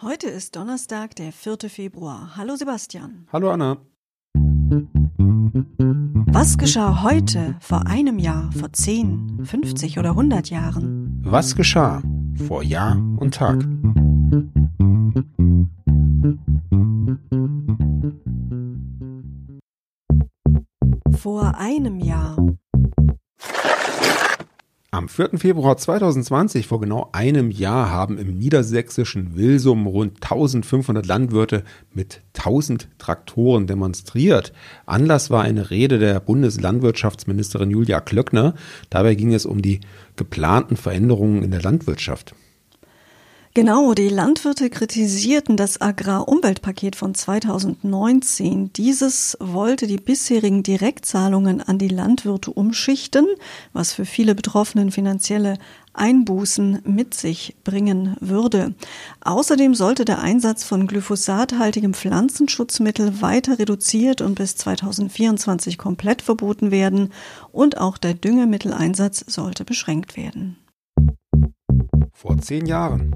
Heute ist Donnerstag, der 4. Februar. Hallo Sebastian. Hallo Anna. Was geschah heute, vor einem Jahr, vor 10, 50 oder 100 Jahren? Was geschah vor Jahr und Tag? Vor einem Jahr. Am 4. Februar 2020, vor genau einem Jahr, haben im niedersächsischen Wilsum rund 1500 Landwirte mit 1000 Traktoren demonstriert. Anlass war eine Rede der Bundeslandwirtschaftsministerin Julia Klöckner. Dabei ging es um die geplanten Veränderungen in der Landwirtschaft. Genau, die Landwirte kritisierten das Agrarumweltpaket von 2019. Dieses wollte die bisherigen Direktzahlungen an die Landwirte umschichten, was für viele Betroffenen finanzielle Einbußen mit sich bringen würde. Außerdem sollte der Einsatz von glyphosathaltigem Pflanzenschutzmittel weiter reduziert und bis 2024 komplett verboten werden und auch der Düngemitteleinsatz sollte beschränkt werden. Vor 10 Jahren.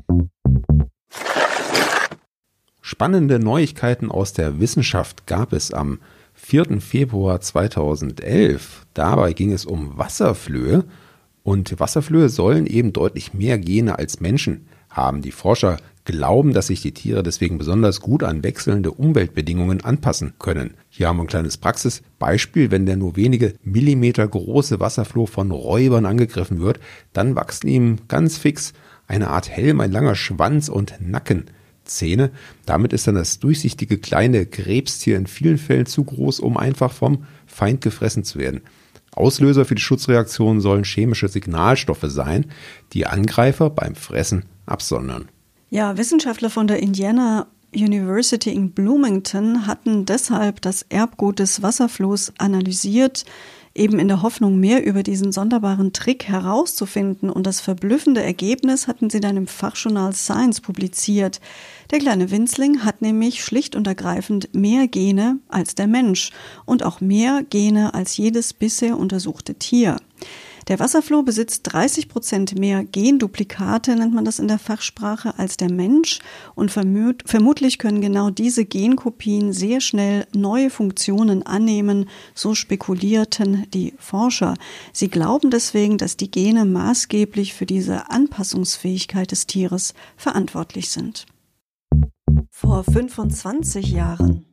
Spannende Neuigkeiten aus der Wissenschaft gab es am 4. Februar 2011. Dabei ging es um Wasserflöhe. Und Wasserflöhe sollen eben deutlich mehr Gene als Menschen haben. Die Forscher glauben, dass sich die Tiere deswegen besonders gut an wechselnde Umweltbedingungen anpassen können. Hier haben wir ein kleines Praxisbeispiel. Wenn der nur wenige Millimeter große Wasserfloh von Räubern angegriffen wird, dann wachsen ihm ganz fix eine Art Helm, ein langer Schwanz und Nackenzähne. Damit ist dann das durchsichtige kleine Krebstier in vielen Fällen zu groß, um einfach vom Feind gefressen zu werden. Auslöser für die Schutzreaktion sollen chemische Signalstoffe sein, die Angreifer beim Fressen absondern. Ja, Wissenschaftler von der Indiana University in Bloomington hatten deshalb das Erbgut des Wasserflohs analysiert, eben in der Hoffnung, mehr über diesen sonderbaren Trick herauszufinden. Und das verblüffende Ergebnis hatten sie dann im Fachjournal Science publiziert. Der kleine Winzling hat nämlich schlicht und ergreifend mehr Gene als der Mensch und auch mehr Gene als jedes bisher untersuchte Tier. Der Wasserfloh besitzt 30% mehr Genduplikate, nennt man das in der Fachsprache, als der Mensch. Und vermutlich können genau diese Genkopien sehr schnell neue Funktionen annehmen, so spekulierten die Forscher. Sie glauben deswegen, dass die Gene maßgeblich für diese Anpassungsfähigkeit des Tieres verantwortlich sind. Vor 25 Jahren.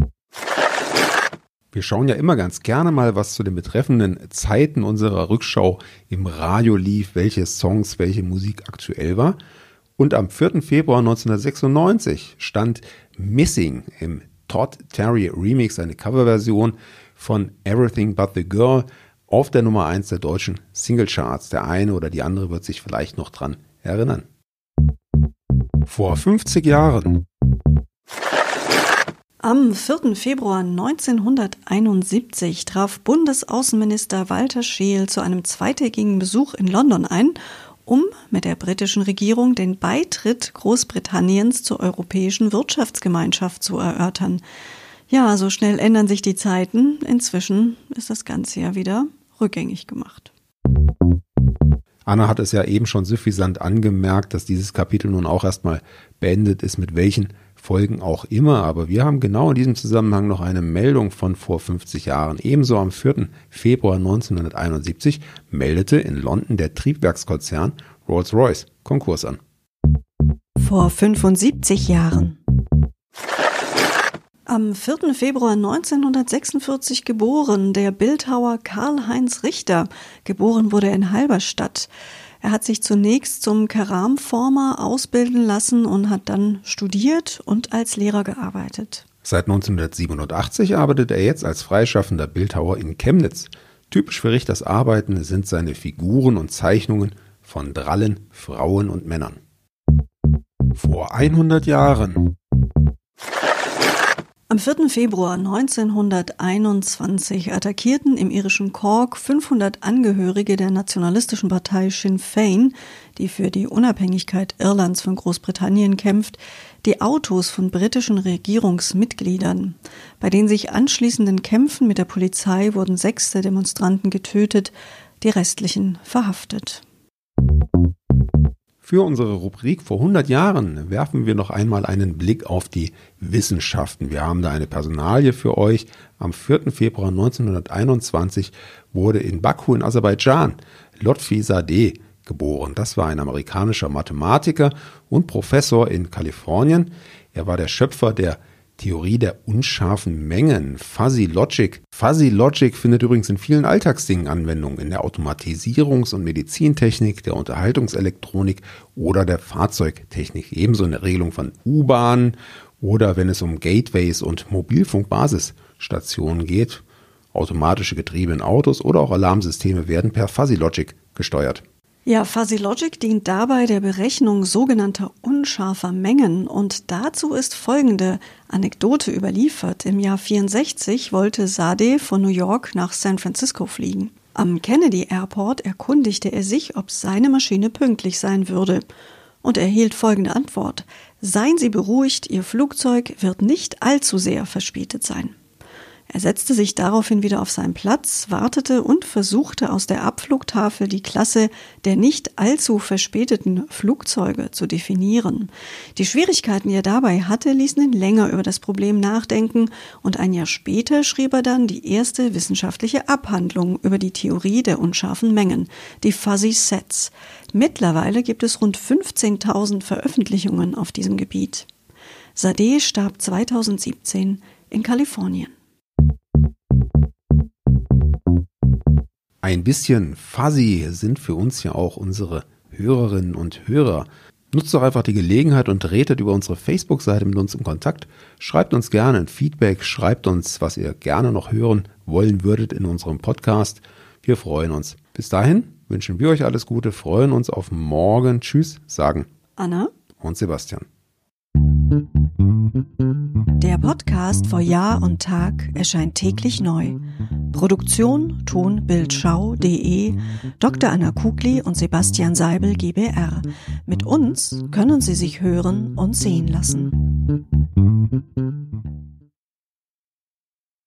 Wir schauen ja immer ganz gerne mal, was zu den betreffenden Zeiten unserer Rückschau im Radio lief, welche Songs, welche Musik aktuell war. Und am 4. Februar 1996 stand Missing im Todd Terry Remix, eine Coverversion von Everything But the Girl, auf der Nummer 1 der deutschen Singlecharts. Der eine oder die andere wird sich vielleicht noch dran erinnern. Vor 50 Jahren. Am 4. Februar 1971 traf Bundesaußenminister Walter Scheel zu einem zweitägigen Besuch in London ein, um mit der britischen Regierung den Beitritt Großbritanniens zur Europäischen Wirtschaftsgemeinschaft zu erörtern. Ja, so schnell ändern sich die Zeiten. Inzwischen ist das Ganze ja wieder rückgängig gemacht. Anna hat es ja eben schon suffisant angemerkt, dass dieses Kapitel nun auch erstmal beendet ist, mit welchen Folgen auch immer. Aber wir haben genau in diesem Zusammenhang noch eine Meldung von vor 50 Jahren. Ebenso am 4. Februar 1971 meldete in London der Triebwerkskonzern Rolls-Royce Konkurs an. Vor 75 Jahren. Am 4. Februar 1946 geboren, der Bildhauer Karl-Heinz Richter. Geboren wurde er in Halberstadt. Er hat sich zunächst zum Keramformer ausbilden lassen und hat dann studiert und als Lehrer gearbeitet. Seit 1987 arbeitet er jetzt als freischaffender Bildhauer in Chemnitz. Typisch für Richters Arbeiten sind seine Figuren und Zeichnungen von drallen Frauen und Männern. Vor 100 Jahren. Am 4. Februar 1921 attackierten im irischen Cork 500 Angehörige der nationalistischen Partei Sinn Féin, die für die Unabhängigkeit Irlands von Großbritannien kämpft, die Autos von britischen Regierungsmitgliedern. Bei den sich anschließenden Kämpfen mit der Polizei wurden 6 der Demonstranten getötet, die restlichen verhaftet. Für unsere Rubrik vor 100 Jahren werfen wir noch einmal einen Blick auf die Wissenschaften. Wir haben da eine Personalie für euch. Am 4. Februar 1921 wurde in Baku in Aserbaidschan Lotfi Sadeh geboren. Das war ein amerikanischer Mathematiker und Professor in Kalifornien. Er war der Schöpfer der Theorie der unscharfen Mengen, Fuzzy Logic. Fuzzy Logic findet übrigens in vielen Alltagsdingen Anwendung, in der Automatisierungs- und Medizintechnik, der Unterhaltungselektronik oder der Fahrzeugtechnik, ebenso in der Regelung von U-Bahnen oder wenn es um Gateways und Mobilfunkbasisstationen geht. Automatische Getriebe in Autos oder auch Alarmsysteme werden per Fuzzy Logic gesteuert. Ja, Fuzzy Logic dient dabei der Berechnung sogenannter unscharfer Mengen und dazu ist folgende Anekdote überliefert. Im Jahr 1964 wollte Sadeh von New York nach San Francisco fliegen. Am Kennedy Airport erkundigte er sich, ob seine Maschine pünktlich sein würde und erhielt folgende Antwort: Seien Sie beruhigt, Ihr Flugzeug wird nicht allzu sehr verspätet sein. Er setzte sich daraufhin wieder auf seinen Platz, wartete und versuchte aus der Abflugtafel die Klasse der nicht allzu verspäteten Flugzeuge zu definieren. Die Schwierigkeiten, die er dabei hatte, ließen ihn länger über das Problem nachdenken und ein Jahr später schrieb er dann die erste wissenschaftliche Abhandlung über die Theorie der unscharfen Mengen, die Fuzzy Sets. Mittlerweile gibt es rund 15.000 Veröffentlichungen auf diesem Gebiet. Sadeh starb 2017 in Kalifornien. Ein bisschen fuzzy sind für uns ja auch unsere Hörerinnen und Hörer. Nutzt doch einfach die Gelegenheit und tretet über unsere Facebook-Seite mit uns in Kontakt. Schreibt uns gerne ein Feedback, schreibt uns, was ihr gerne noch hören wollen würdet in unserem Podcast. Wir freuen uns. Bis dahin wünschen wir euch alles Gute, freuen uns auf morgen. Tschüss, sagen Anna und Sebastian. Der Podcast vor Jahr und Tag erscheint täglich neu. Produktion tonbildschau.de, Dr. Anna Kugli und Sebastian Seibel GbR. Mit uns können Sie sich hören und sehen lassen.